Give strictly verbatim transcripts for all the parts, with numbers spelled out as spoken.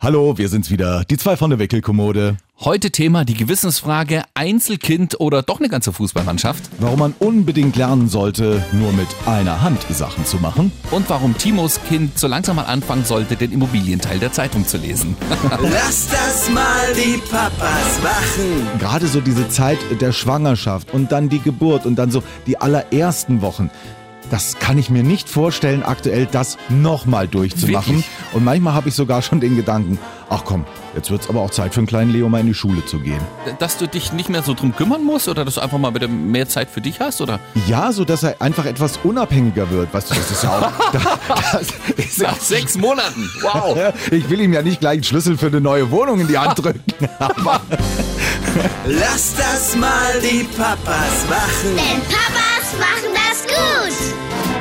Hallo, wir sind's wieder, die zwei von der Wickelkommode. Heute Thema die Gewissensfrage, Einzelkind oder doch eine ganze Fußballmannschaft? Warum man unbedingt lernen sollte, nur mit einer Hand Sachen zu machen. Und warum Timos Kind so langsam mal anfangen sollte, den Immobilienteil der Zeitung zu lesen. Lass das mal die Papas machen. Gerade so diese Zeit der Schwangerschaft und dann die Geburt und dann so die allerersten Wochen. Das kann ich mir nicht vorstellen, aktuell das nochmal durchzumachen. Wirklich? Und manchmal habe ich sogar schon den Gedanken, ach komm, jetzt wird's aber auch Zeit für einen kleinen Leo mal in die Schule zu gehen. Dass du dich nicht mehr so drum kümmern musst oder dass du einfach mal wieder mehr Zeit für dich hast, oder? Ja, so dass er einfach etwas unabhängiger wird. Weißt du, das ist ja auch... Das ist Nach sechs Monaten, wow. Ich will ihm ja nicht gleich einen Schlüssel für eine neue Wohnung in die Hand drücken. Aber Lass das mal die Papas machen. Denn Papas machen das gut.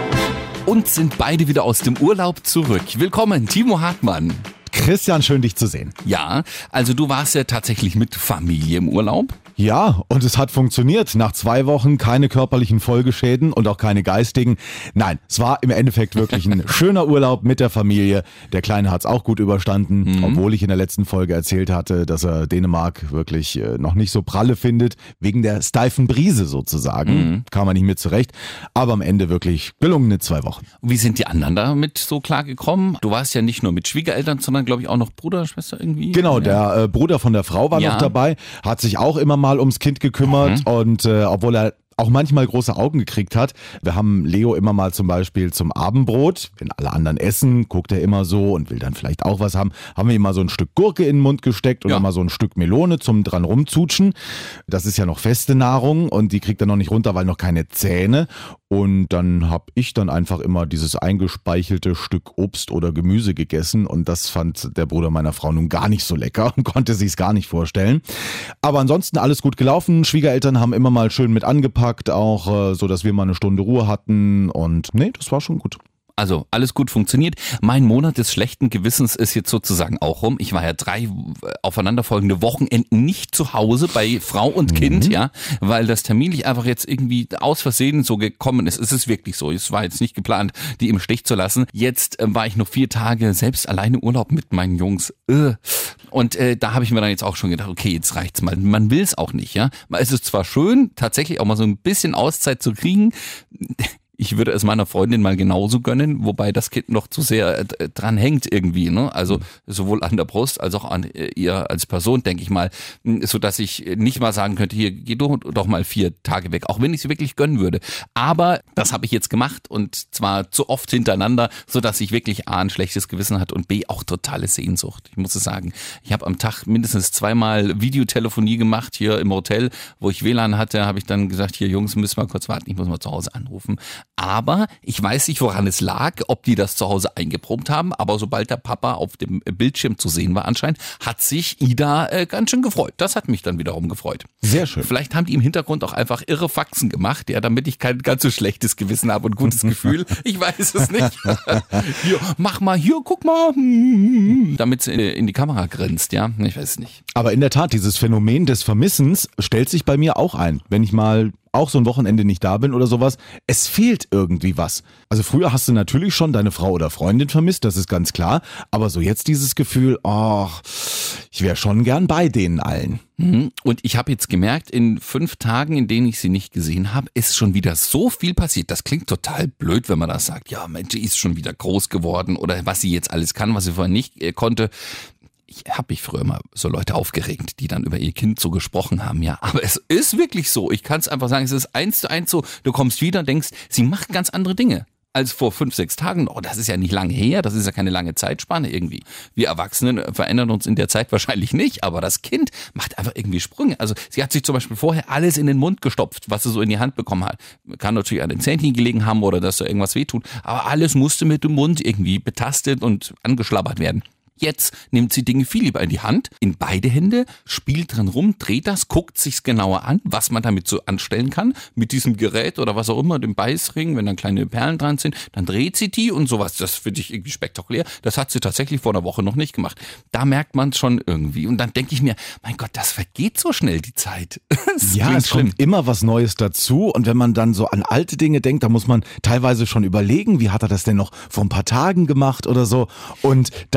Und sind beide wieder aus dem Urlaub zurück. Willkommen, Timo Hartmann. Christian, schön dich zu sehen. Ja, also du warst ja tatsächlich mit Familie im Urlaub. Ja, und es hat funktioniert. Nach zwei Wochen keine körperlichen Folgeschäden und auch keine geistigen. Nein, es war im Endeffekt wirklich ein schöner Urlaub mit der Familie. Der Kleine hat's auch gut überstanden, mhm. obwohl ich in der letzten Folge erzählt hatte, dass er Dänemark wirklich äh, noch nicht so pralle findet, wegen der steifen Brise sozusagen. Mhm. Kam er nicht mit zurecht, aber am Ende wirklich gelungene zwei Wochen. Wie sind die anderen damit so klar gekommen? Du warst ja nicht nur mit Schwiegereltern, sondern glaube ich auch noch Bruder, Schwester irgendwie? Genau, ja. der äh, Bruder von der Frau war ja. noch dabei, hat sich auch immer mal ums Kind gekümmert mhm. und äh, obwohl er auch manchmal große Augen gekriegt hat. Wir haben Leo immer mal zum Beispiel zum Abendbrot, wenn alle anderen essen, guckt er immer so und will dann vielleicht auch was haben, haben wir ihm mal so ein Stück Gurke in den Mund gesteckt oder ja. mal so ein Stück Melone zum dran rumzutschen. Das ist ja noch feste Nahrung und die kriegt er noch nicht runter, weil noch keine Zähne. Und dann habe ich dann einfach immer dieses eingespeichelte Stück Obst oder Gemüse gegessen und das fand der Bruder meiner Frau nun gar nicht so lecker und konnte sich's gar nicht vorstellen. Aber ansonsten alles gut gelaufen. Schwiegereltern haben immer mal schön mit angepackt, auch so, dass wir mal eine Stunde Ruhe hatten und nee, das war schon gut. Also alles gut funktioniert. Mein Monat des schlechten Gewissens ist jetzt sozusagen auch rum. Ich war ja drei aufeinanderfolgende Wochenenden nicht zu Hause bei Frau und mhm. Kind, ja, weil das terminlich einfach jetzt irgendwie aus Versehen so gekommen ist. Es ist wirklich so. Es war jetzt nicht geplant, die im Stich zu lassen. Jetzt äh, war ich noch vier Tage selbst alleine Urlaub mit meinen Jungs. Äh. Und äh, da habe ich mir dann jetzt auch schon gedacht, okay, jetzt reicht's mal. Man will es auch nicht, ja. Es ist zwar schön, tatsächlich auch mal so ein bisschen Auszeit zu kriegen. Ich würde es meiner Freundin mal genauso gönnen, wobei das Kind noch zu sehr dran hängt irgendwie, ne? Also sowohl an der Brust als auch an ihr als Person, denke ich mal, so dass ich nicht mal sagen könnte, hier geh du doch mal vier Tage weg, auch wenn ich es wirklich gönnen würde. Aber das habe ich jetzt gemacht und zwar zu oft hintereinander, so dass ich wirklich A, ein schlechtes Gewissen hatte und B, auch totale Sehnsucht. Ich muss es sagen, ich habe am Tag mindestens zweimal Videotelefonie gemacht hier im Hotel, wo ich W L A N hatte, habe ich dann gesagt, hier Jungs, müssen wir kurz warten, ich muss mal zu Hause anrufen. Aber ich weiß nicht, woran es lag, ob die das zu Hause eingeprobt haben, aber sobald der Papa auf dem Bildschirm zu sehen war anscheinend, hat sich Ida äh, ganz schön gefreut. Das hat mich dann wiederum gefreut. Sehr schön. Vielleicht haben die im Hintergrund auch einfach irre Faxen gemacht, ja, damit ich kein ganz so schlechtes Gewissen habe und gutes Gefühl. Ich weiß es nicht. Hier, mach mal, hier, guck mal. Damit es in die Kamera grinst, ja. Ich weiß es nicht. Aber in der Tat, dieses Phänomen des Vermissens stellt sich bei mir auch ein. Wenn ich mal auch so ein Wochenende nicht da bin oder sowas, es fehlt irgendwie was. Also früher hast du natürlich schon deine Frau oder Freundin vermisst, das ist ganz klar, aber so jetzt dieses Gefühl, oh, ich wäre schon gern bei denen allen. Und ich habe jetzt gemerkt, in fünf Tagen, in denen ich sie nicht gesehen habe, ist schon wieder so viel passiert. Das klingt total blöd, wenn man das sagt. Ja, Mensch, die ist schon wieder groß geworden oder was sie jetzt alles kann, was sie vorher nicht äh, konnte. Ich habe mich früher immer so Leute aufgeregt, die dann über ihr Kind so gesprochen haben, ja. Aber es ist wirklich so. Ich kann es einfach sagen, es ist eins zu eins so. Du kommst wieder, denkst, sie macht ganz andere Dinge als vor fünf, sechs Tagen. Oh, das ist ja nicht lange her, das ist ja keine lange Zeitspanne irgendwie. Wir Erwachsenen verändern uns in der Zeit wahrscheinlich nicht, aber das Kind macht einfach irgendwie Sprünge. Also sie hat sich zum Beispiel vorher alles in den Mund gestopft, was sie so in die Hand bekommen hat. Kann natürlich an den Zähnchen gelegen haben oder dass da irgendwas wehtut, aber alles musste mit dem Mund irgendwie betastet und angeschlabbert werden. Jetzt nimmt sie Dinge viel lieber in die Hand, in beide Hände, spielt dran rum, dreht das, guckt sich's genauer an, was man damit so anstellen kann, mit diesem Gerät oder was auch immer, dem Beißring, wenn dann kleine Perlen dran sind, dann dreht sie die und sowas. Das finde ich irgendwie spektakulär. Das hat sie tatsächlich vor einer Woche noch nicht gemacht. Da merkt man es schon irgendwie. Und dann denke ich mir, mein Gott, das vergeht so schnell, die Zeit. Ja, es schlimm. Kommt immer was Neues dazu. Und wenn man dann so an alte Dinge denkt, da muss man teilweise schon überlegen, wie hat er das denn noch vor ein paar Tagen gemacht oder so. Und das Schöne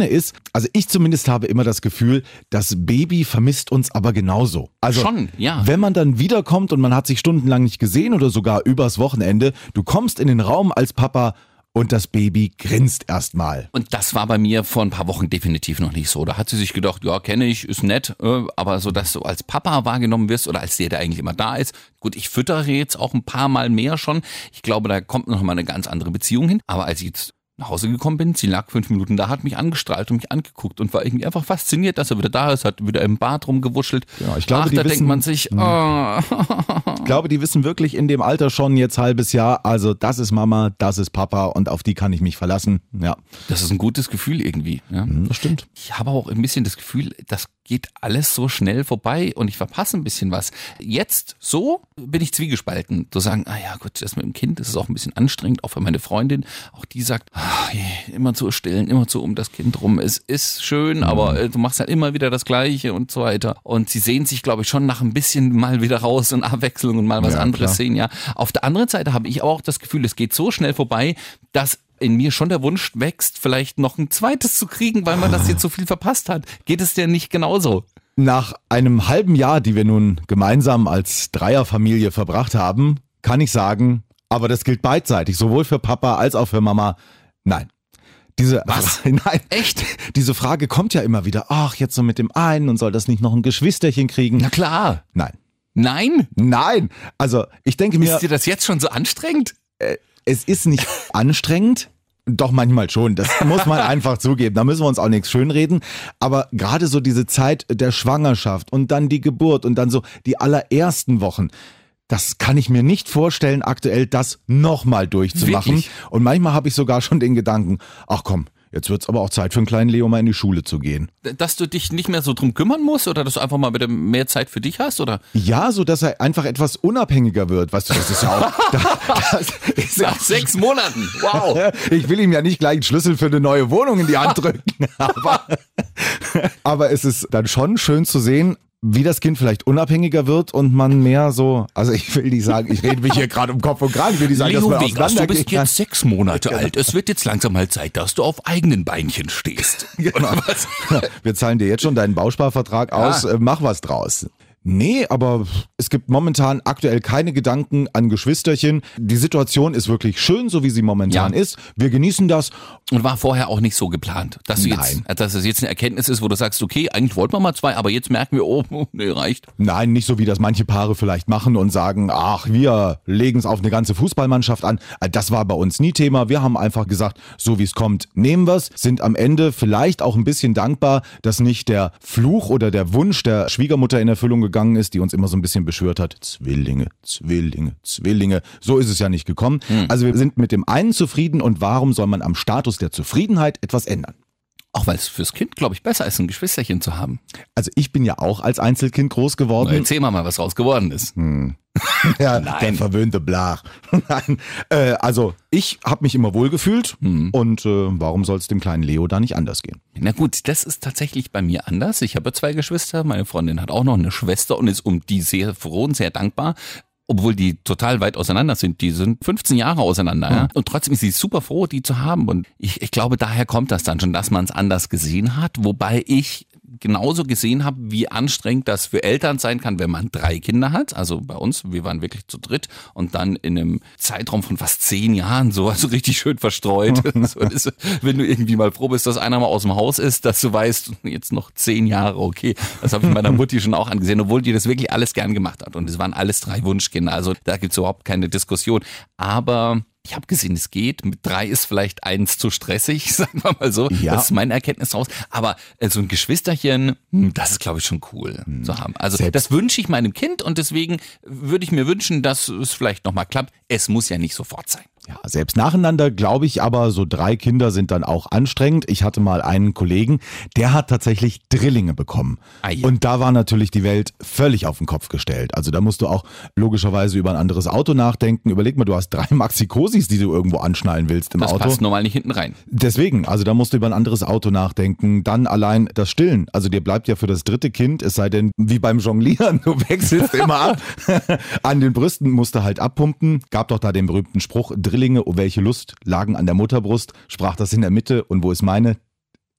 Schöne ist, also ich zumindest habe immer das Gefühl, das Baby vermisst uns aber genauso. Also Schon, ja. wenn man dann wiederkommt und man hat sich stundenlang nicht gesehen oder sogar übers Wochenende, du kommst in den Raum als Papa und das Baby grinst erstmal. Und das war bei mir vor ein paar Wochen definitiv noch nicht so. Da hat sie sich gedacht, ja, kenne ich, ist nett, äh, aber so, dass du als Papa wahrgenommen wirst oder als der, der eigentlich immer da ist. Gut, ich füttere jetzt auch ein paar Mal mehr schon. Ich glaube, da kommt noch mal eine ganz andere Beziehung hin. Aber als ich jetzt nach Hause gekommen bin, sie lag fünf Minuten da, hat mich angestrahlt und mich angeguckt und war irgendwie einfach fasziniert, dass er wieder da ist, hat wieder im Bad rumgewuschelt. Ja, ich glaube, Ach, die da wissen, denkt man sich, oh. Ich glaube, die wissen wirklich in dem Alter schon jetzt halbes Jahr, also das ist Mama, das ist Papa und auf die kann ich mich verlassen. Ja, Das ist ein gutes Gefühl irgendwie. Ja. das stimmt. Ich habe auch ein bisschen das Gefühl, das geht alles so schnell vorbei und ich verpasse ein bisschen was. Jetzt so bin ich zwiegespalten. Zu sagen, ah ja gut, das mit dem Kind, das ist auch ein bisschen anstrengend, auch für meine Freundin. Auch die sagt, ach, immer zu stillen, immer zu um das Kind rum. Es ist schön, aber äh, du machst halt immer wieder das Gleiche und so weiter. Und sie sehen sich, glaube ich, schon nach ein bisschen mal wieder raus und Abwechslung und mal was Ja, anderes klar. sehen. Ja. Auf der anderen Seite habe ich aber auch das Gefühl, es geht so schnell vorbei, dass in mir schon der Wunsch wächst, vielleicht noch ein zweites zu kriegen, weil man das jetzt so viel verpasst hat. Geht es dir nicht genauso? Nach einem halben Jahr, die wir nun gemeinsam als Dreierfamilie verbracht haben, kann ich sagen, aber das gilt beidseitig, sowohl für Papa als auch für Mama, nein. Diese Was? Nein. Echt? Diese Frage kommt ja immer wieder, ach, jetzt so mit dem einen und soll das nicht noch ein Geschwisterchen kriegen? Na klar. Nein. Nein? Nein. Also ich denke mir, Ist dir das jetzt schon so anstrengend? es ist nicht anstrengend. Doch, manchmal schon. Das muss man einfach zugeben. Da müssen wir uns auch nichts schönreden. Aber gerade so diese Zeit der Schwangerschaft und dann die Geburt und dann so die allerersten Wochen, das kann ich mir nicht vorstellen, aktuell das nochmal durchzumachen. Wirklich? Und manchmal habe ich sogar schon den Gedanken, ach komm, jetzt wird's aber auch Zeit für einen kleinen Leo mal in die Schule zu gehen. Dass du dich nicht mehr so drum kümmern musst oder dass du einfach mal wieder mehr Zeit für dich hast? Oder? Ja, so dass er einfach etwas unabhängiger wird. Weißt du, das ist ja auch... Das ist ja Nach sechs Monaten. Wow. Ich will ihm ja nicht gleich einen Schlüssel für eine neue Wohnung in die Hand drücken, aber, aber es ist dann schon schön zu sehen, wie das Kind vielleicht unabhängiger wird und man mehr so, also ich will nicht sagen, ich rede mich hier gerade um Kopf und Kragen, ich will nicht sagen, Leo dass man Vegas, du auseinandergehen bist jetzt sechs Monate alt. Es wird jetzt langsam mal Zeit, dass du auf eigenen Beinchen stehst. Oder was? kann. Wir zahlen dir jetzt schon deinen Bausparvertrag aus, Ja. äh, mach was draus. Nee, aber es gibt momentan aktuell keine Gedanken an Geschwisterchen. Die Situation ist wirklich schön, so wie sie momentan Ja. ist. Wir genießen das. Und war vorher auch nicht so geplant, dass du Nein. jetzt, dass es jetzt eine Erkenntnis ist, wo du sagst, okay, eigentlich wollten wir mal zwei, aber jetzt merken wir, oh, oh, nee, reicht. Nein, nicht so wie das manche Paare vielleicht machen und sagen, ach, wir legen es auf eine ganze Fußballmannschaft an. Das war bei uns nie Thema. Wir haben einfach gesagt, so wie es kommt, nehmen wir es, sind am Ende vielleicht auch ein bisschen dankbar, dass nicht der Fluch oder der Wunsch der Schwiegermutter in Erfüllung gegangen ist, die uns immer so ein bisschen beschwört hat. Zwillinge, Zwillinge, Zwillinge. So ist es ja nicht gekommen. Also wir sind mit dem einen zufrieden und warum soll man am Status der Zufriedenheit etwas ändern? Auch weil es fürs Kind, glaube ich, besser ist, ein Geschwisterchen zu haben. Also ich bin ja auch als Einzelkind groß geworden. Na, erzähl mal mal, was raus geworden ist. Ja, Nein. der verwöhnte Blach. Nein, äh, also ich habe mich immer wohlgefühlt und äh, warum soll es dem kleinen Leo da nicht anders gehen? Na gut, das ist tatsächlich bei mir anders. Ich habe zwei Geschwister, meine Freundin hat auch noch eine Schwester und ist um die sehr froh und sehr dankbar. Obwohl die total weit auseinander sind. Die sind fünfzehn Jahre auseinander. Ja? Und trotzdem ist sie super froh, die zu haben. Und ich, ich glaube, daher kommt das dann schon, dass man es anders gesehen hat. Wobei ich genauso gesehen habe, wie anstrengend das für Eltern sein kann, wenn man drei Kinder hat. Also bei uns, wir waren wirklich zu dritt und dann in einem Zeitraum von fast zehn Jahren so, also richtig schön verstreut. So, das, wenn du irgendwie mal froh bist, dass einer mal aus dem Haus ist, dass du weißt, jetzt noch zehn Jahre, okay. Das habe ich meiner Mutti schon auch angesehen, obwohl die das wirklich alles gern gemacht hat. Und es waren alles drei Wunschkinder, also da gibt's überhaupt keine Diskussion. Aber ich habe gesehen, es geht. Mit drei ist vielleicht eins zu stressig, sagen wir mal so. Ja. Das ist meine Erkenntnis raus. Aber äh, so ein Geschwisterchen, hm, das ist, glaube ich, schon cool zu haben. Also Selbst- das wünsche ich meinem Kind und deswegen würde ich mir wünschen, dass es vielleicht nochmal klappt. Es muss ja nicht sofort sein. Ja, selbst nacheinander glaube ich aber, so drei Kinder sind dann auch anstrengend. Ich hatte mal einen Kollegen, der hat tatsächlich Drillinge bekommen. Ei. Und da war natürlich die Welt völlig auf den Kopf gestellt. Also da musst du auch logischerweise über ein anderes Auto nachdenken. Überleg mal, du hast drei Maxi-Cosis, die du irgendwo anschnallen willst im Das Auto. passt normal nicht hinten rein. Deswegen, also da musst du über ein anderes Auto nachdenken. Dann allein das Stillen. Also dir bleibt ja für das dritte Kind, es sei denn, wie beim Jonglieren, du wechselst immer ab. An den Brüsten musst du halt abpumpen. Gab doch da den berühmten Spruch, Drillinge, oh welche Lust, lagen an der Mutterbrust, sprach das in der Mitte und wo ist meine?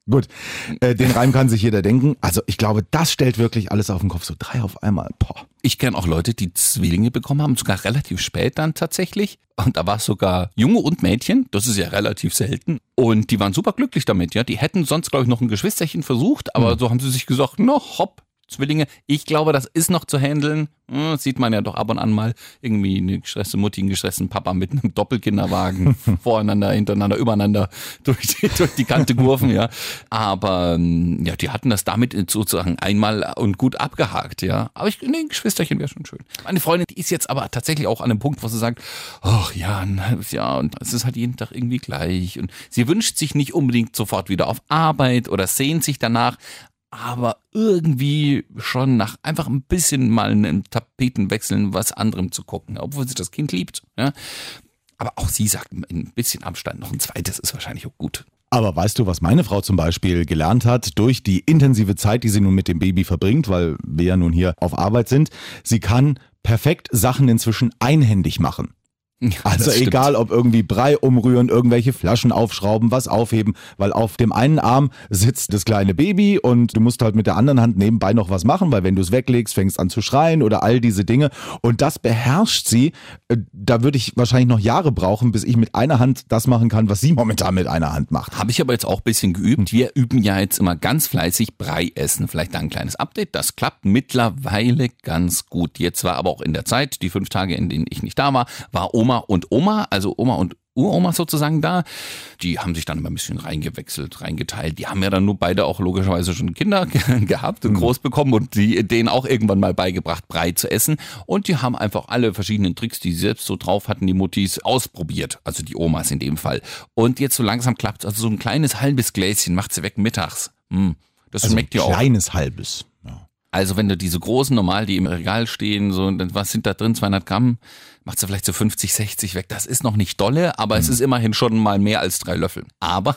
Gut, äh, den Reim kann sich jeder denken. Also ich glaube, das stellt wirklich alles auf den Kopf. So drei auf einmal. Boah. Ich kenne auch Leute, die Zwillinge bekommen haben, sogar relativ spät dann tatsächlich. Und da war es sogar Junge und Mädchen, das ist ja relativ selten. Und die waren super glücklich damit, ja. Die hätten sonst, glaube ich, noch ein Geschwisterchen versucht, aber mhm. so haben sie sich gesagt, na hopp, Zwillinge. Ich glaube, das ist noch zu handeln. Hm, sieht man ja doch ab und an mal irgendwie eine gestresste Mutti, einen gestressten Papa mit einem Doppelkinderwagen voreinander, hintereinander, übereinander durch die, durch die Kante kurven, ja. Aber ja, die hatten das damit sozusagen einmal und gut abgehakt, ja. Aber ich, nee, ein Geschwisterchen wäre schon schön. Meine Freundin, die ist jetzt aber tatsächlich auch an einem Punkt, wo sie sagt, ach ja, ein halbes Jahr und es ist halt jeden Tag irgendwie gleich. Und sie wünscht sich nicht unbedingt sofort wieder auf Arbeit oder sehnt sich danach, aber irgendwie schon nach einfach ein bisschen mal einen Tapetenwechseln was anderem zu gucken, obwohl sie das Kind liebt. Ja. Aber auch sie sagt, ein bisschen Abstand, noch ein zweites ist wahrscheinlich auch gut. Aber weißt du, was meine Frau zum Beispiel gelernt hat durch die intensive Zeit, die sie nun mit dem Baby verbringt, weil wir ja nun hier auf Arbeit sind? Sie kann perfekt Sachen inzwischen einhändig machen. Ja, also egal, ob irgendwie Brei umrühren, irgendwelche Flaschen aufschrauben, was aufheben, weil auf dem einen Arm sitzt das kleine Baby und du musst halt mit der anderen Hand nebenbei noch was machen, weil wenn du es weglegst, fängst an zu schreien oder all diese Dinge und das beherrscht sie. Da würde ich wahrscheinlich noch Jahre brauchen, bis ich mit einer Hand das machen kann, was sie momentan mit einer Hand macht. Habe ich aber jetzt auch ein bisschen geübt. Wir üben ja jetzt immer ganz fleißig Brei essen. Vielleicht da ein kleines Update. Das klappt mittlerweile ganz gut. Jetzt war aber auch in der Zeit, die fünf Tage, in denen ich nicht da war, war Oma und Oma, also Oma und Uroma sozusagen da, die haben sich dann immer ein bisschen reingewechselt, reingeteilt. Die haben ja dann nur beide auch logischerweise schon Kinder gehabt und groß bekommen und die, denen auch irgendwann mal beigebracht, Brei zu essen. Und die haben einfach alle verschiedenen Tricks, die sie selbst so drauf hatten, die Muttis, ausprobiert. Also die Omas in dem Fall. Und jetzt so langsam klappt es. Also so ein kleines halbes Gläschen macht sie weg mittags. Hm, das also schmeckt ja auch. Ein kleines halbes. Ja. Also wenn du diese großen normal, die im Regal stehen, so, was sind da drin, zweihundert Gramm, macht sie vielleicht so fünfzig, sechzig weg. Das ist noch nicht dolle, aber mhm. es ist immerhin schon mal mehr als drei Löffel. Aber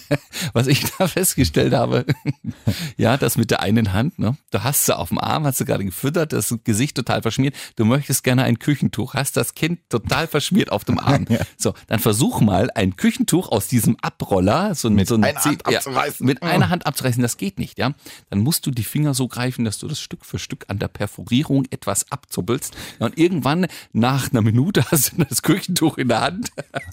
was ich da festgestellt habe, ja, das mit der einen Hand, ne, du hast sie auf dem Arm, hast du gerade gefüttert, das Gesicht total verschmiert. Du möchtest gerne ein Küchentuch, hast das Kind total verschmiert auf dem Arm. Ja. So, dann versuch mal ein Küchentuch aus diesem Abroller, so, mit so ein einer Hand abzureißen. Ja, mit einer Hand abzureißen, das geht nicht, ja. Dann musst du die Finger so greifen, dass du das Stück für Stück an der Perforierung etwas abzuppelst. Ja, und irgendwann nach einer Minute hast du das Küchentuch in der Hand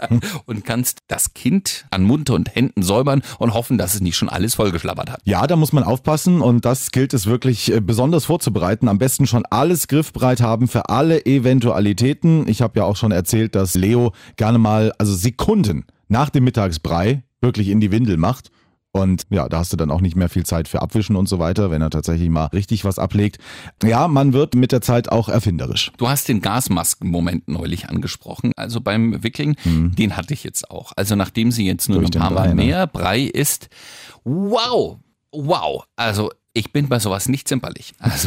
und kannst das Kind an Mund und Händen säubern und hoffen, dass es nicht schon alles vollgeschlabbert hat. Ja, da muss man aufpassen und das gilt es wirklich besonders vorzubereiten. Am besten schon alles griffbereit haben für alle Eventualitäten. Ich habe ja auch schon erzählt, dass Leo gerne mal, also Sekunden nach dem Mittagsbrei wirklich in die Windel macht. Und ja, da hast du dann auch nicht mehr viel Zeit für Abwischen und so weiter, wenn er tatsächlich mal richtig was ablegt. Ja, man wird mit der Zeit auch erfinderisch. Du hast den Gasmasken-Moment neulich angesprochen, also beim Wickeln, mhm. den hatte ich jetzt auch. Also nachdem sie jetzt nur noch ein paar Mal mehr Brei isst, wow, wow, also ich bin bei sowas nicht zimperlich. Also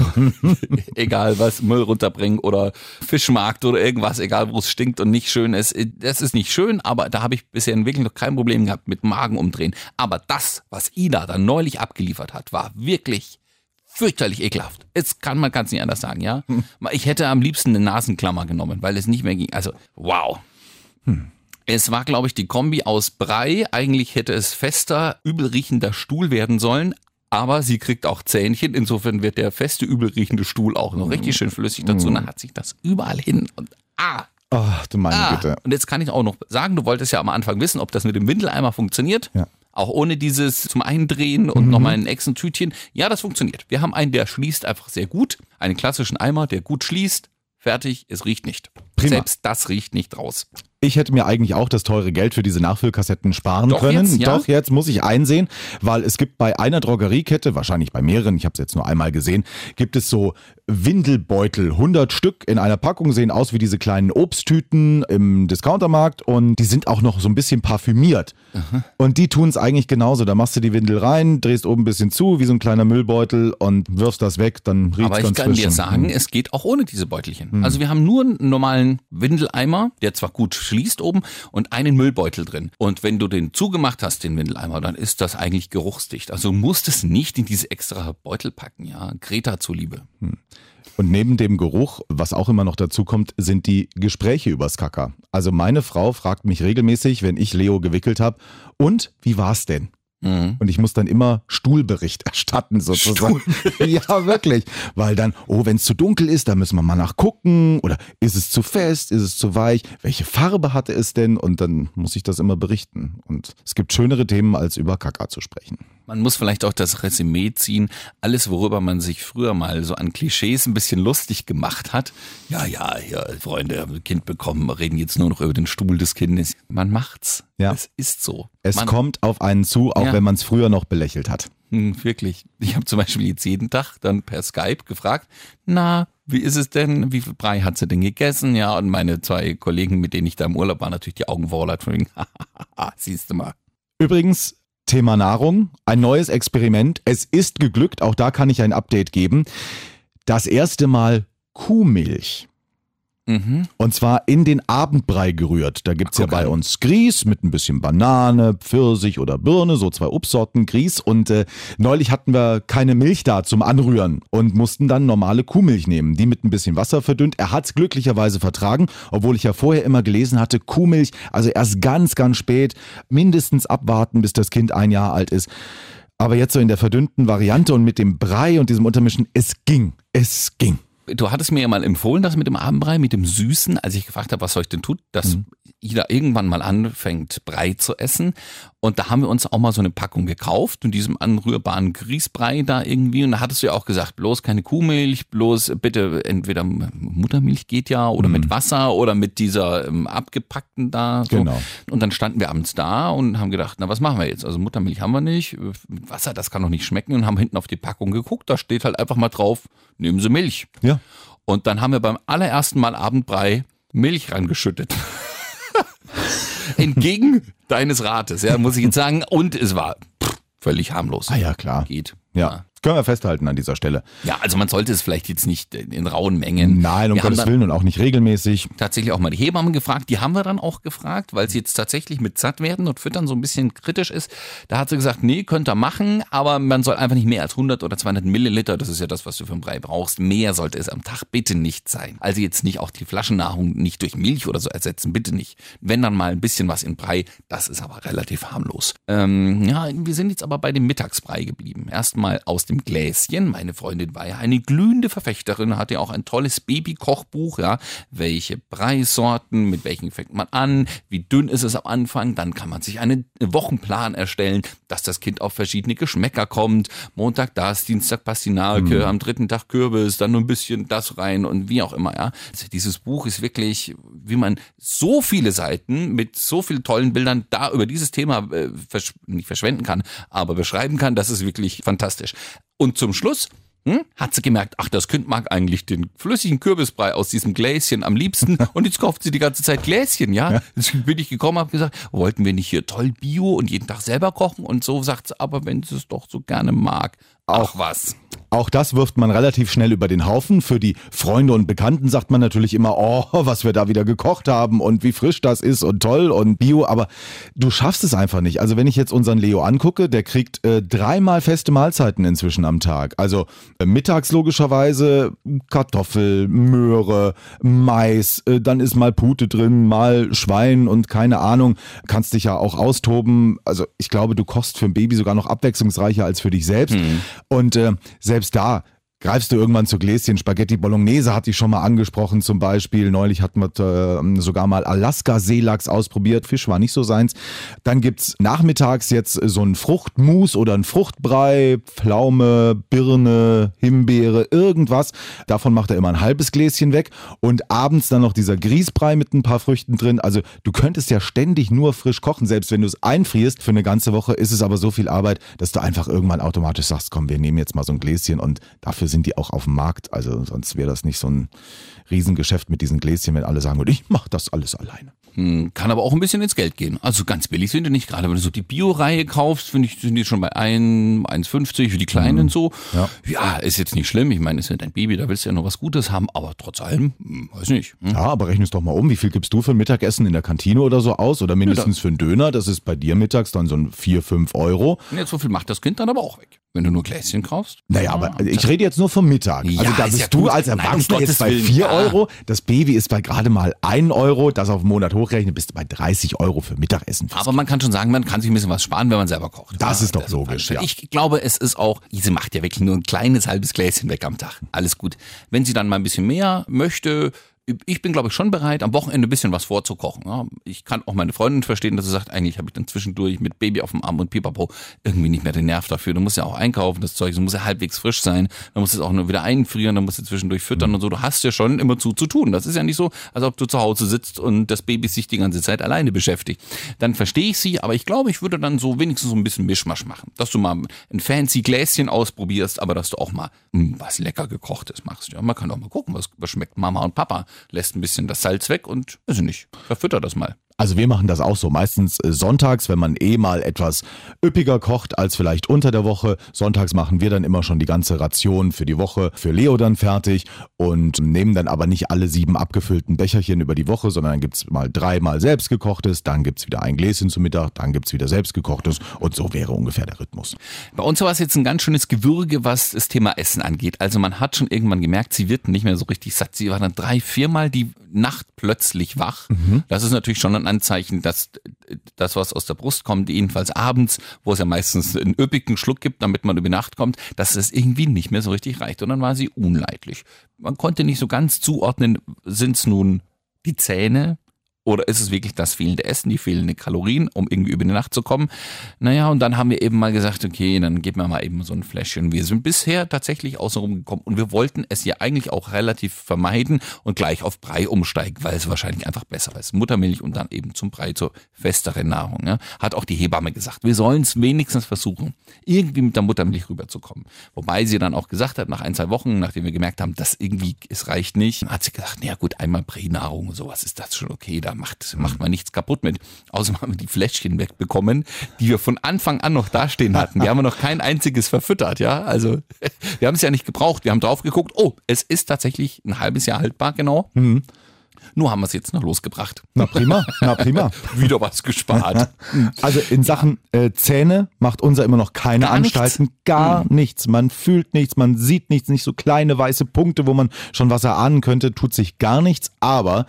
egal was, Müll runterbringen oder Fischmarkt oder irgendwas, egal wo es stinkt und nicht schön ist. Das ist nicht schön, aber da habe ich bisher wirklich noch kein Problem gehabt mit Magen umdrehen. Aber das, was Ida dann neulich abgeliefert hat, war wirklich fürchterlich ekelhaft. Es kann, man kann es nicht anders sagen, ja. Ich hätte am liebsten eine Nasenklammer genommen, weil es nicht mehr ging. Also wow. Hm. Es war, glaube ich, die Kombi aus Brei. Eigentlich hätte es fester, übelriechender Stuhl werden sollen. Aber sie kriegt auch Zähnchen, insofern wird der feste, übelriechende Stuhl auch noch richtig schön flüssig dazu. Und dann hat sich das überall hin und ah. Ach, du meine ah. Güte. Und jetzt kann ich auch noch sagen, du wolltest ja am Anfang wissen, ob das mit dem Windeleimer funktioniert. Ja. Auch ohne dieses zum Eindrehen und mhm. nochmal ein Echsentütchen. Ja, das funktioniert. Wir haben einen, der schließt einfach sehr gut. Einen klassischen Eimer, der gut schließt. Fertig, es riecht nicht. Prima. Selbst das riecht nicht raus. Ich hätte mir eigentlich auch das teure Geld für diese Nachfüllkassetten sparen Doch können. Jetzt, ja? Doch jetzt muss ich einsehen, weil es gibt bei einer Drogeriekette, wahrscheinlich bei mehreren, ich habe es jetzt nur einmal gesehen, gibt es so Windelbeutel, hundert Stück in einer Packung, sehen aus wie diese kleinen Obsttüten im Discountermarkt und die sind auch noch so ein bisschen parfümiert. Aha. Und die tun es eigentlich genauso. Da machst du die Windel rein, drehst oben ein bisschen zu, wie so ein kleiner Müllbeutel und wirfst das weg, dann riecht's ganz frisch. Aber ich kann dir sagen, es geht auch ohne diese Beutelchen. Hm. Also wir haben nur einen normalen Windeleimer, der zwar gut schließt oben und einen Müllbeutel drin. Und wenn du den zugemacht hast, den Windeleimer, dann ist das eigentlich geruchsdicht. Also du musst es nicht in diese extra Beutel packen, ja. Greta zuliebe. Hm. Und neben dem Geruch, was auch immer noch dazu kommt, sind die Gespräche übers Kacker. Also meine Frau fragt mich regelmäßig, wenn ich Leo gewickelt habe, und wie war's denn? Mhm. Und ich muss dann immer Stuhlbericht erstatten sozusagen. Stuhlbericht. Ja, wirklich. Weil dann, oh, wenn es zu dunkel ist, dann müssen wir mal nachgucken. Oder ist es zu fest, ist es zu weich? Welche Farbe hatte es denn? Und dann muss ich das immer berichten. Und es gibt schönere Themen, als über Kaka zu sprechen. Man muss vielleicht auch das Resümee ziehen. Alles, worüber man sich früher mal so an Klischees ein bisschen lustig gemacht hat. Ja, ja, ja, Freunde, haben ein Kind bekommen, wir reden jetzt nur noch über den Stuhl des Kindes. Man macht's. Ja. Es ist so. Es man, kommt auf einen zu, auch ja. wenn man es früher noch belächelt hat. Hm, wirklich. Ich habe zum Beispiel jetzt jeden Tag dann per Skype gefragt, na, wie ist es denn? Wie viel Brei hat sie denn gegessen? Ja, und meine zwei Kollegen, mit denen ich da im Urlaub war, natürlich die Augen verrollert von wegen, siehst du mal. Übrigens, Thema Nahrung, ein neues Experiment. Es ist geglückt, auch da kann ich ein Update geben. Das erste Mal Kuhmilch. Mhm. Und zwar in den Abendbrei gerührt. Da gibt's ja bei uns Grieß mit ein bisschen Banane, Pfirsich oder Birne, so zwei Obstsorten Grieß. Und äh, neulich hatten wir keine Milch da zum Anrühren und mussten dann normale Kuhmilch nehmen, die mit ein bisschen Wasser verdünnt. Er hat's glücklicherweise vertragen, obwohl ich ja vorher immer gelesen hatte, Kuhmilch, also erst ganz, ganz spät, mindestens abwarten, bis das Kind ein Jahr alt ist. Aber jetzt so in der verdünnten Variante und mit dem Brei und diesem Untermischen, es ging, es ging. Du hattest mir ja mal empfohlen, das mit dem Abendbrei, mit dem Süßen, als ich gefragt habe, was soll ich denn tun, dass mhm. jeder irgendwann mal anfängt, Brei zu essen. Und da haben wir uns auch mal so eine Packung gekauft und diesem anrührbaren Grießbrei da irgendwie. Und da hattest du ja auch gesagt, bloß keine Kuhmilch, bloß bitte entweder Muttermilch geht ja oder mhm. mit Wasser oder mit dieser ähm, abgepackten da. So. Genau. Und dann standen wir abends da und haben gedacht, na was machen wir jetzt? Also Muttermilch haben wir nicht, mit Wasser, das kann doch nicht schmecken. Und haben hinten auf die Packung geguckt, da steht halt einfach mal drauf, nehmen Sie Milch. Ja. Und dann haben wir beim allerersten Mal Abendbrei Milch reingeschüttet. Entgegen deines Rates, ja, muss ich jetzt sagen. Und es war pff, völlig harmlos. Ah ja, klar. Geht. Ja. ja. Können wir festhalten an dieser Stelle. Ja, also man sollte es vielleicht jetzt nicht in rauen Mengen. Nein, um wir Gottes Willen und auch nicht regelmäßig. Tatsächlich auch mal die Hebammen gefragt. Die haben wir dann auch gefragt, weil sie jetzt tatsächlich mit Sattwerden und Füttern so ein bisschen kritisch ist. Da hat sie gesagt, nee, könnt ihr machen, aber man soll einfach nicht mehr als hundert oder zweihundert Milliliter, das ist ja das, was du für einen Brei brauchst, mehr sollte es am Tag bitte nicht sein. Also jetzt nicht auch die Flaschennahrung nicht durch Milch oder so ersetzen, bitte nicht. Wenn dann mal ein bisschen was in Brei, das ist aber relativ harmlos. Ähm, ja, wir sind jetzt aber bei dem Mittagsbrei geblieben. Erstmal aus dem Gläschen. Meine Freundin war ja eine glühende Verfechterin, hatte ja auch ein tolles Babykochbuch, ja. Welche Breisorten, mit welchen fängt man an, wie dünn ist es am Anfang, dann kann man sich einen Wochenplan erstellen, dass das Kind auf verschiedene Geschmäcker kommt. Montag das, Dienstag Pastinake, mhm. am dritten Tag Kürbis, dann nur ein bisschen das rein und wie auch immer, ja. Also dieses Buch ist wirklich, wie man so viele Seiten mit so vielen tollen Bildern da über dieses Thema äh, versch- nicht verschwenden kann, aber beschreiben kann, das ist wirklich fantastisch. Und zum Schluss hm, hat sie gemerkt, ach, das Kind mag eigentlich den flüssigen Kürbisbrei aus diesem Gläschen am liebsten und jetzt kauft sie die ganze Zeit Gläschen, ja. Jetzt bin ich gekommen, habe gesagt, wollten wir nicht hier toll Bio und jeden Tag selber kochen und so, sagt sie, aber wenn sie es doch so gerne mag, auch was. Auch das wirft man relativ schnell über den Haufen. Für die Freunde und Bekannten sagt man natürlich immer, oh, was wir da wieder gekocht haben und wie frisch das ist und toll und Bio, aber du schaffst es einfach nicht. Also wenn ich jetzt unseren Leo angucke, der kriegt äh, dreimal feste Mahlzeiten inzwischen am Tag. Also äh, mittags logischerweise Kartoffel, Möhre, Mais, äh, dann ist mal Pute drin, mal Schwein und keine Ahnung. Kannst dich ja auch austoben. Also ich glaube, du kochst für ein Baby sogar noch abwechslungsreicher als für dich selbst. Hm. Und äh, selbst da greifst du irgendwann zu Gläschen. Spaghetti Bolognese hatte ich schon mal angesprochen zum Beispiel. Neulich hatten wir äh, sogar mal Alaska-Seelachs ausprobiert. Fisch war nicht so seins. Dann gibt's nachmittags jetzt so ein Fruchtmus oder ein Fruchtbrei, Pflaume, Birne, Himbeere, irgendwas. Davon macht er immer ein halbes Gläschen weg. Und abends dann noch dieser Grießbrei mit ein paar Früchten drin. Also du könntest ja ständig nur frisch kochen. Selbst wenn du es einfrierst für eine ganze Woche, ist es aber so viel Arbeit, dass du einfach irgendwann automatisch sagst, komm, wir nehmen jetzt mal so ein Gläschen und dafür sind die auch auf dem Markt, also sonst wäre das nicht so ein Riesengeschäft mit diesen Gläschen, wenn alle sagen würden, ich mache das alles alleine. Hm, kann aber auch ein bisschen ins Geld gehen. Also ganz billig sind die nicht, gerade wenn du so die Bio-Reihe kaufst, finde ich, sind die schon bei eins fünfzig für die Kleinen mhm. so. Ja. ja, ist jetzt nicht schlimm, ich meine, ist ja dein Baby, da willst du ja noch was Gutes haben, aber trotz allem, hm, weiß nicht. Hm. Ja, aber rechne es doch mal um, wie viel gibst du für ein Mittagessen in der Kantine oder so aus oder mindestens ja, für einen Döner, das ist bei dir mittags dann so ein vier, fünf Euro. Und jetzt so viel macht das Kind dann aber auch weg. Wenn du nur Gläschen kaufst? Naja, ah, aber ich rede jetzt nur vom Mittag. Ja, also da bist ja du als Erwachsener jetzt bei vier Euro. Das Baby ist bei gerade mal ein Euro, das auf den Monat hoch. hochrechnet, bist du bei dreißig Euro für Mittagessen. Aber man kann schon sagen, man kann sich ein bisschen was sparen, wenn man selber kocht. Das ja, ist doch das logisch, ja. Ich glaube, es ist auch, sie macht ja wirklich nur ein kleines halbes Gläschen weg am Tag. Alles gut. Wenn sie dann mal ein bisschen mehr möchte, ich bin, glaube ich, schon bereit, am Wochenende ein bisschen was vorzukochen. Ja, ich kann auch meine Freundin verstehen, dass sie sagt, eigentlich habe ich dann zwischendurch mit Baby auf dem Arm und Pipapo irgendwie nicht mehr den Nerv dafür. Du musst ja auch einkaufen, das Zeug, es muss ja halbwegs frisch sein. Dann musst du es auch nur wieder einfrieren, dann musst du zwischendurch füttern mhm. und so. Du hast ja schon immer zu zu tun. Das ist ja nicht so, als ob du zu Hause sitzt und das Baby sich die ganze Zeit alleine beschäftigt. Dann verstehe ich sie, aber ich glaube, ich würde dann so wenigstens so ein bisschen Mischmasch machen. Dass du mal ein fancy Gläschen ausprobierst, aber dass du auch mal mh, was lecker gekochtes machst. Ja, man kann auch mal gucken, was, was schmeckt Mama und Papa. Lässt ein bisschen das Salz weg und, weiß ich nicht, verfütter das mal. Also wir machen das auch so, meistens sonntags, wenn man eh mal etwas üppiger kocht als vielleicht unter der Woche. Sonntags machen wir dann immer schon die ganze Ration für die Woche für Leo dann fertig und nehmen dann aber nicht alle sieben abgefüllten Becherchen über die Woche, sondern dann gibt's mal dreimal selbstgekochtes, dann gibt's wieder ein Gläschen zum Mittag, dann gibt's wieder selbstgekochtes und so wäre ungefähr der Rhythmus. Bei uns war es jetzt ein ganz schönes Gewürge, was das Thema Essen angeht. Also man hat schon irgendwann gemerkt, sie wird nicht mehr so richtig satt. Sie war dann drei, viermal die Nacht plötzlich wach. Mhm. Das ist natürlich schon ein Anzeichen, dass das, was aus der Brust kommt, jedenfalls abends, wo es ja meistens einen üppigen Schluck gibt, damit man über Nacht kommt, dass es irgendwie nicht mehr so richtig reicht. Und dann war sie unleidlich. Man konnte nicht so ganz zuordnen, sind es nun die Zähne oder ist es wirklich das fehlende Essen, die fehlenden Kalorien, um irgendwie über die Nacht zu kommen? Naja, und dann haben wir eben mal gesagt, okay, dann geben wir mal eben so ein Fläschchen. Wir sind bisher tatsächlich außenrum gekommen und wir wollten es ja eigentlich auch relativ vermeiden und gleich auf Brei umsteigen, weil es wahrscheinlich einfach besser ist. Muttermilch und dann eben zum Brei zur festeren Nahrung. Ja. Hat auch die Hebamme gesagt, wir sollen es wenigstens versuchen, irgendwie mit der Muttermilch rüberzukommen. Wobei sie dann auch gesagt hat, nach ein, zwei Wochen, nachdem wir gemerkt haben, dass irgendwie es reicht nicht, hat sie gesagt, naja gut, einmal Pränahrung und sowas ist das schon okay, da macht, macht man nichts kaputt mit. Außerdem haben wir die Fläschchen wegbekommen, die wir von Anfang an noch dastehen hatten. Wir haben noch kein einziges verfüttert, ja. Also wir haben es ja nicht gebraucht. Wir haben drauf geguckt, oh, es ist tatsächlich ein halbes Jahr haltbar, genau. Mhm. Nur haben wir es jetzt noch losgebracht. Na prima, na prima. Wieder was gespart. Also in Sachen äh, Zähne macht unser immer noch keine Gar Anstalten. Nichts. Gar mhm. nichts. Man fühlt nichts, man sieht nichts, nicht so kleine weiße Punkte, wo man schon was erahnen könnte, tut sich gar nichts. Aber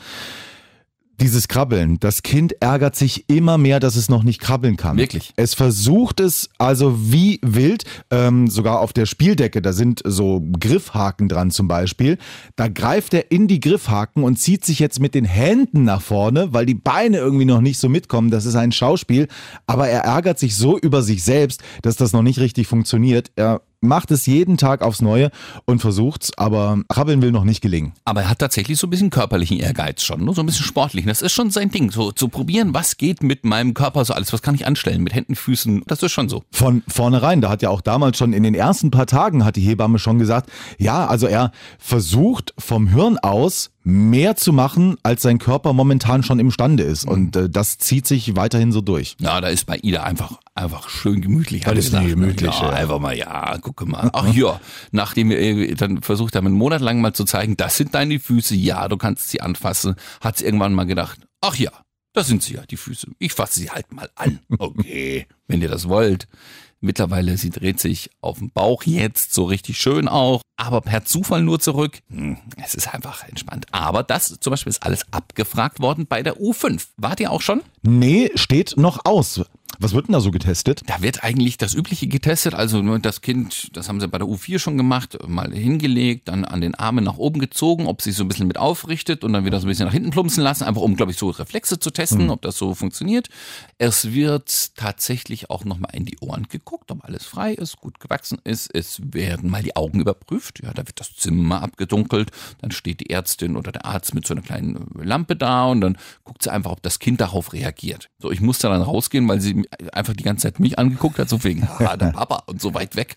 dieses Krabbeln, das Kind ärgert sich immer mehr, dass es noch nicht krabbeln kann. Wirklich? Es versucht es also wie wild, ähm, sogar auf der Spieldecke, da sind so Griffhaken dran zum Beispiel. Da greift er in die Griffhaken und zieht sich jetzt mit den Händen nach vorne, weil die Beine irgendwie noch nicht so mitkommen. Das ist ein Schauspiel, aber er ärgert sich so über sich selbst, dass das noch nicht richtig funktioniert. Er macht es jeden Tag aufs Neue und versucht's, aber krabbeln will noch nicht gelingen. Aber er hat tatsächlich so ein bisschen körperlichen Ehrgeiz schon, ne? So ein bisschen sportlichen. Das ist schon sein Ding, so zu probieren, was geht mit meinem Körper so alles, was kann ich anstellen mit Händen, Füßen, das ist schon so. Von vornherein, da hat ja auch damals schon in den ersten paar Tagen hat die Hebamme schon gesagt, ja, also er versucht vom Hirn aus mehr zu machen, als sein Körper momentan schon imstande ist. Und äh, das zieht sich weiterhin so durch. Ja, da ist bei Ida einfach einfach schön gemütlich. Das ist gesagt, gemütlich. Ja, einfach mal, ja, gucke mal. Ach ja, nachdem wir dann versucht haben, einen Monat lang mal zu zeigen, das sind deine Füße, ja, du kannst sie anfassen, hat sie irgendwann mal gedacht, ach ja, das sind sie ja, die Füße. Ich fasse sie halt mal an. Okay, wenn ihr das wollt. Mittlerweile, sie dreht sich auf dem Bauch jetzt so richtig schön auch, aber per Zufall nur zurück. Hm, es ist einfach entspannt. Aber das zum Beispiel ist alles abgefragt worden bei der U fünf. Wart ihr auch schon? Nee, steht noch aus. Was wird denn da so getestet? Da wird eigentlich das Übliche getestet, also das Kind, das haben sie bei der U vier schon gemacht, mal hingelegt, dann an den Armen nach oben gezogen, ob sie so ein bisschen mit aufrichtet und dann wieder so ein bisschen nach hinten plumpsen lassen, einfach um, glaube ich, so Reflexe zu testen, mhm. ob das so funktioniert. Es wird tatsächlich auch nochmal in die Ohren geguckt, ob alles frei ist, gut gewachsen ist. Es werden mal die Augen überprüft, ja, da wird das Zimmer abgedunkelt, dann steht die Ärztin oder der Arzt mit so einer kleinen Lampe da und dann guckt sie einfach, ob das Kind darauf reagiert. So, ich musste dann rausgehen, weil sie einfach die ganze Zeit mich angeguckt hat, so wegen, haha, der Papa und so weit weg.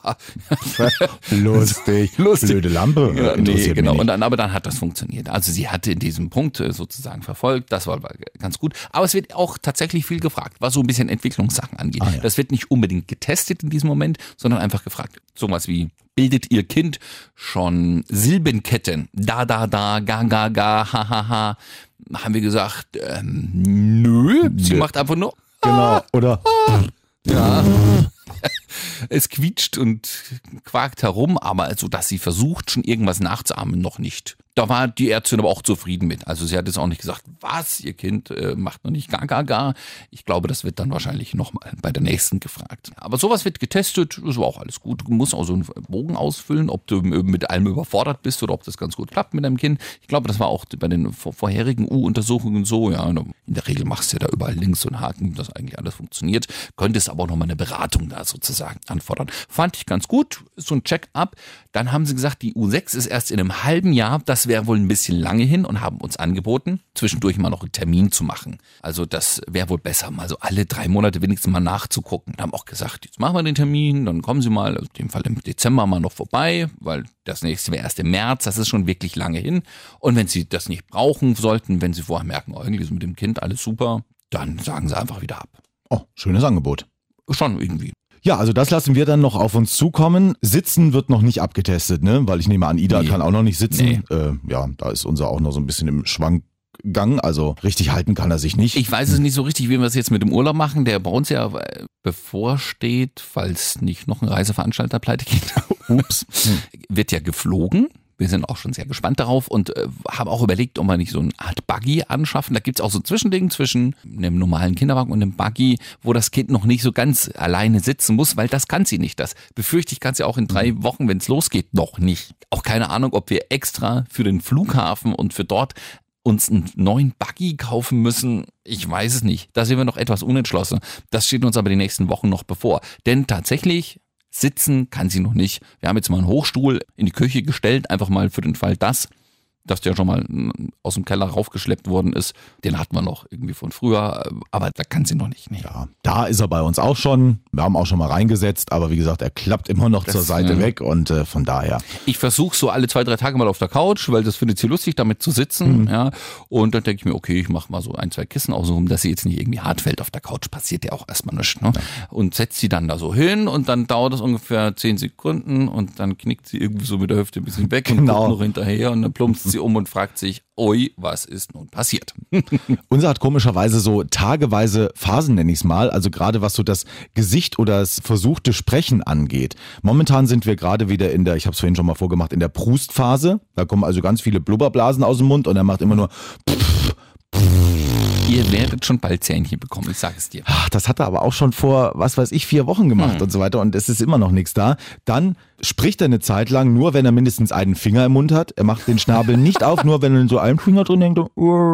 Lustig, Lustig. Blöde Lampe. Ja, nee, genau. Und dann, aber dann hat das funktioniert. Also sie hatte in diesem Punkt sozusagen verfolgt, das war ganz gut. Aber es wird auch tatsächlich viel gefragt, was so ein bisschen Entwicklungssachen angeht. Ah, ja. Das wird nicht unbedingt getestet in diesem Moment, sondern einfach gefragt. Sowas wie, bildet Ihr Kind schon Silbenketten? Da, da, da, ga, ga, ga, ha, ha, ha. Haben wir gesagt, ähm, nö, sie nö. macht einfach nur Genau, oder? Ja. Es quietscht und quakt herum, aber also, dass sie versucht, schon irgendwas nachzuahmen, noch nicht. Da war die Ärztin aber auch zufrieden mit. Also sie hat jetzt auch nicht gesagt, was, ihr Kind äh, macht noch nicht gar, gar, gar. Ich glaube, das wird dann wahrscheinlich nochmal bei der nächsten gefragt. Aber sowas wird getestet, das war auch alles gut. Du musst auch so einen Bogen ausfüllen, ob du mit allem überfordert bist oder ob das ganz gut klappt mit deinem Kind. Ich glaube, das war auch bei den vorherigen U-Untersuchungen so. Ja, in der Regel machst du ja da überall links so einen Haken, dass eigentlich alles funktioniert. Könntest aber auch nochmal eine Beratung da sozusagen anfordern. Fand ich ganz gut, so ein Check-up. Dann haben sie gesagt, die U sechs ist erst in einem halben Jahr, das wäre wohl ein bisschen lange hin und haben uns angeboten, zwischendurch mal noch einen Termin zu machen. Also das wäre wohl besser, mal so alle drei Monate wenigstens mal nachzugucken. Wir haben auch gesagt, jetzt machen wir den Termin, dann kommen Sie mal, also in dem Fall im Dezember mal noch vorbei, weil das nächste wäre erst im März, das ist schon wirklich lange hin. Und wenn Sie das nicht brauchen sollten, wenn Sie vorher merken, oh, irgendwie ist mit dem Kind alles super, dann sagen Sie einfach wieder ab. Oh, schönes Angebot. Schon irgendwie. Ja, also das lassen wir dann noch auf uns zukommen. Sitzen wird noch nicht abgetestet, ne? Weil ich nehme an, Ida Nee. kann auch noch nicht sitzen. Nee. Äh, ja, da ist unser auch noch so ein bisschen im Schwankgang. Also richtig halten kann er sich nicht. Ich weiß es nicht so richtig, wie wir es jetzt mit dem Urlaub machen, der bei uns ja äh, bevorsteht, falls nicht noch ein Reiseveranstalter pleite geht. Ups. Wird ja geflogen. Wir sind auch schon sehr gespannt darauf und äh, haben auch überlegt, ob wir nicht so eine Art Buggy anschaffen. Da gibt's auch so ein Zwischending zwischen einem normalen Kinderwagen und einem Buggy, wo das Kind noch nicht so ganz alleine sitzen muss, weil das kann sie nicht. Das befürchte ich, kann sie auch in drei Wochen, wenn es losgeht, noch nicht. Auch keine Ahnung, ob wir extra für den Flughafen und für dort uns einen neuen Buggy kaufen müssen. Ich weiß es nicht. Da sind wir noch etwas unentschlossen. Das steht uns aber die nächsten Wochen noch bevor. Denn tatsächlich, sitzen kann sie noch nicht. Wir haben jetzt mal einen Hochstuhl in die Küche gestellt, einfach mal für den Fall, dass, dass der schon mal aus dem Keller raufgeschleppt worden ist. Den hatten wir noch irgendwie von früher, aber da kann sie noch nicht. Nee. Ja, da ist er bei uns auch schon. Wir haben auch schon mal reingesetzt, aber wie gesagt, er klappt immer noch Das, zur Seite ja. weg und äh, von daher. Ich versuche so alle zwei, drei Tage mal auf der Couch, weil das findet sie lustig, damit zu sitzen. Mhm. Ja. Und dann denke ich mir, okay, ich mache mal so ein, zwei Kissen aussuchen, dass sie jetzt nicht irgendwie hart fällt auf der Couch. Passiert ja auch erstmal nichts. Ne? Ja. Und setzt sie dann da so hin und dann dauert das ungefähr zehn Sekunden und dann knickt sie irgendwie so mit der Hüfte ein bisschen weg und Genau. guckt noch hinterher und dann plumpst sie um und fragt sich, oi, was ist nun passiert? Unser hat komischerweise so tageweise Phasen, nenne ich es mal. Also gerade was so das Gesicht oder das versuchte Sprechen angeht. Momentan sind wir gerade wieder in der, ich habe es vorhin schon mal vorgemacht, in der Prustphase. Da kommen also ganz viele Blubberblasen aus dem Mund und er macht immer nur Ihr werdet schon bald Zähnchen bekommen, ich sage es dir. Ach, das hat er aber auch schon vor, was weiß ich, vier Wochen gemacht Hm. und so weiter und es ist immer noch nichts da. Dann spricht er eine Zeit lang nur, wenn er mindestens einen Finger im Mund hat. Er macht den Schnabel nicht auf, nur wenn er so einen Finger drin hängt.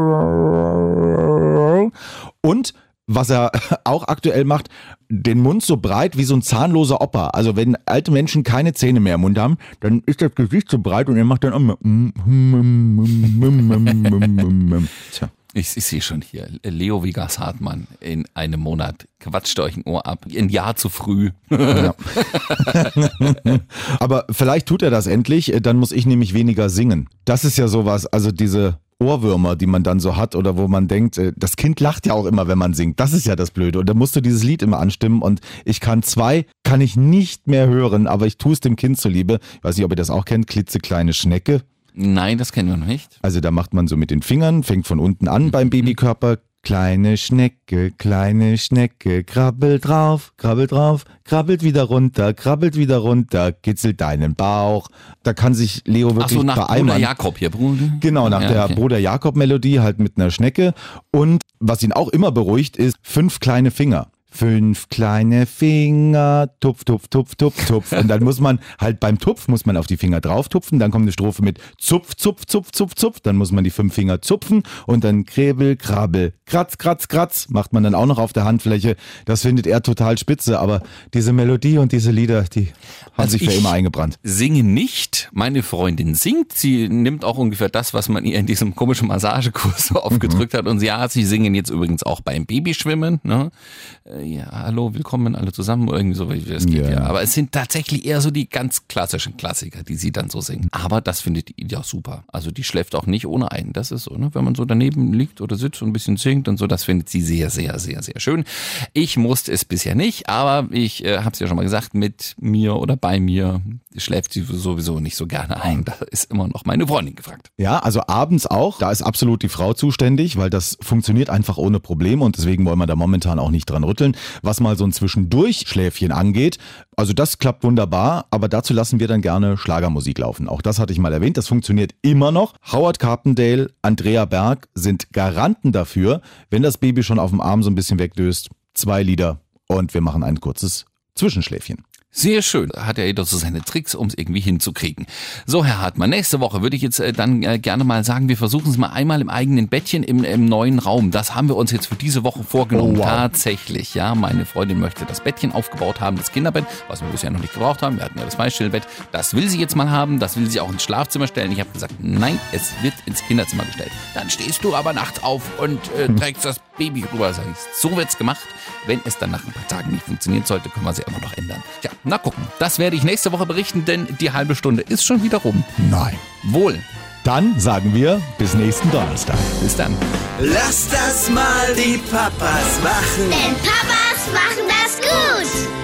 Und was er auch aktuell macht, den Mund so breit wie so ein zahnloser Opa. Also wenn alte Menschen keine Zähne mehr im Mund haben, dann ist das Gesicht so breit und er macht dann immer. Tja. Ich, ich sehe schon hier, Leo Vegas Hartmann in einem Monat. Quatscht euch ein Ohr ab. Ein Jahr zu früh. Ja. Aber vielleicht tut er das endlich, dann muss ich nämlich weniger singen. Das ist ja sowas, also diese Ohrwürmer, die man dann so hat oder wo man denkt, das Kind lacht ja auch immer, wenn man singt. Das ist ja das Blöde. Und da musst du dieses Lied immer anstimmen und ich kann zwei, kann ich nicht mehr hören, aber ich tue es dem Kind zuliebe. Ich weiß nicht, ob ihr das auch kennt, klitzekleine Schnecke. Nein, das kennen wir noch nicht. Also da macht man so mit den Fingern, fängt von unten an beim Babykörper. Kleine Schnecke, kleine Schnecke, krabbelt drauf, krabbelt drauf, krabbelt wieder runter, krabbelt wieder runter, kitzelt deinen Bauch. Da kann sich Leo wirklich Ach so, nach Bruder beeimern. Jakob hier, Bruder. Genau, nach Ja, der okay. Bruder Jakob-Melodie halt mit einer Schnecke. Und was ihn auch immer beruhigt, ist fünf kleine Finger. Fünf kleine Finger, tupf, tupf, tupf, tupf, tupf. Und dann muss man halt beim Tupf, muss man auf die Finger drauf tupfen. Dann kommt eine Strophe mit Zupf, Zupf, Zupf, Zupf, Zupf. Dann muss man die fünf Finger zupfen und dann Krebel, Krabbel, Kratz, Kratz, Kratz. Macht man dann auch noch auf der Handfläche. Das findet er total spitze. Aber diese Melodie und diese Lieder, die haben Also sich für ich immer eingebrannt. Singe nicht. Meine Freundin singt. Sie nimmt auch ungefähr das, was man ihr in diesem komischen Massagekurs so aufgedrückt hat. Und ja, sie singen jetzt übrigens auch beim Babyschwimmen. Ne? Ja, hallo, willkommen alle zusammen. Irgendwie so, wie das geht Ja. ja. Aber es sind tatsächlich eher so die ganz klassischen Klassiker, die sie dann so singen. Aber das findet die ja super. Also die schläft auch nicht ohne einen. Das ist so, ne? Wenn man so daneben liegt oder sitzt und ein bisschen singt und so, das findet sie sehr, sehr, sehr, sehr schön. Ich musste es bisher nicht, aber ich äh, habe es ja schon mal gesagt, mit mir oder bei mir schläft sie sowieso nicht so gerne ein. Da ist immer noch meine Freundin gefragt. Ja, also abends auch. Da ist absolut die Frau zuständig, weil das funktioniert einfach ohne Probleme und deswegen wollen wir da momentan auch nicht dran rütteln. basteln, was mal so ein Zwischendurchschläfchen angeht. Also das klappt wunderbar, aber dazu lassen wir dann gerne Schlagermusik laufen. Auch das hatte ich mal erwähnt, das funktioniert immer noch. Howard Carpendale, Andrea Berg sind Garanten dafür, wenn das Baby schon auf dem Arm so ein bisschen wegdöst. Zwei Lieder und wir machen ein kurzes Zwischenschläfchen. Sehr schön. Hat er jedoch so seine Tricks, um es irgendwie hinzukriegen. So, Herr Hartmann, nächste Woche würde ich jetzt äh, dann äh, gerne mal sagen, wir versuchen es mal einmal im eigenen Bettchen im, im neuen Raum. Das haben wir uns jetzt für diese Woche vorgenommen. Oh, wow. Tatsächlich, ja. Meine Freundin möchte das Bettchen aufgebaut haben, das Kinderbett, was wir bisher noch nicht gebraucht haben. Wir hatten ja das Freistillbett. Das will sie jetzt mal haben. Das will sie auch ins Schlafzimmer stellen. Ich habe gesagt, nein, es wird ins Kinderzimmer gestellt. Dann stehst du aber nachts auf und äh, trägst das Baby rüber. Sag ich, so wird's gemacht. Wenn es dann nach ein paar Tagen nicht funktionieren sollte, können wir sie immer noch ändern. Tja, na gucken. Das werde ich nächste Woche berichten, denn die halbe Stunde ist schon wieder rum. Nein. Wohl. Dann sagen wir bis nächsten Donnerstag. Bis dann. Lass das mal die Papas machen. Denn Papas machen das gut.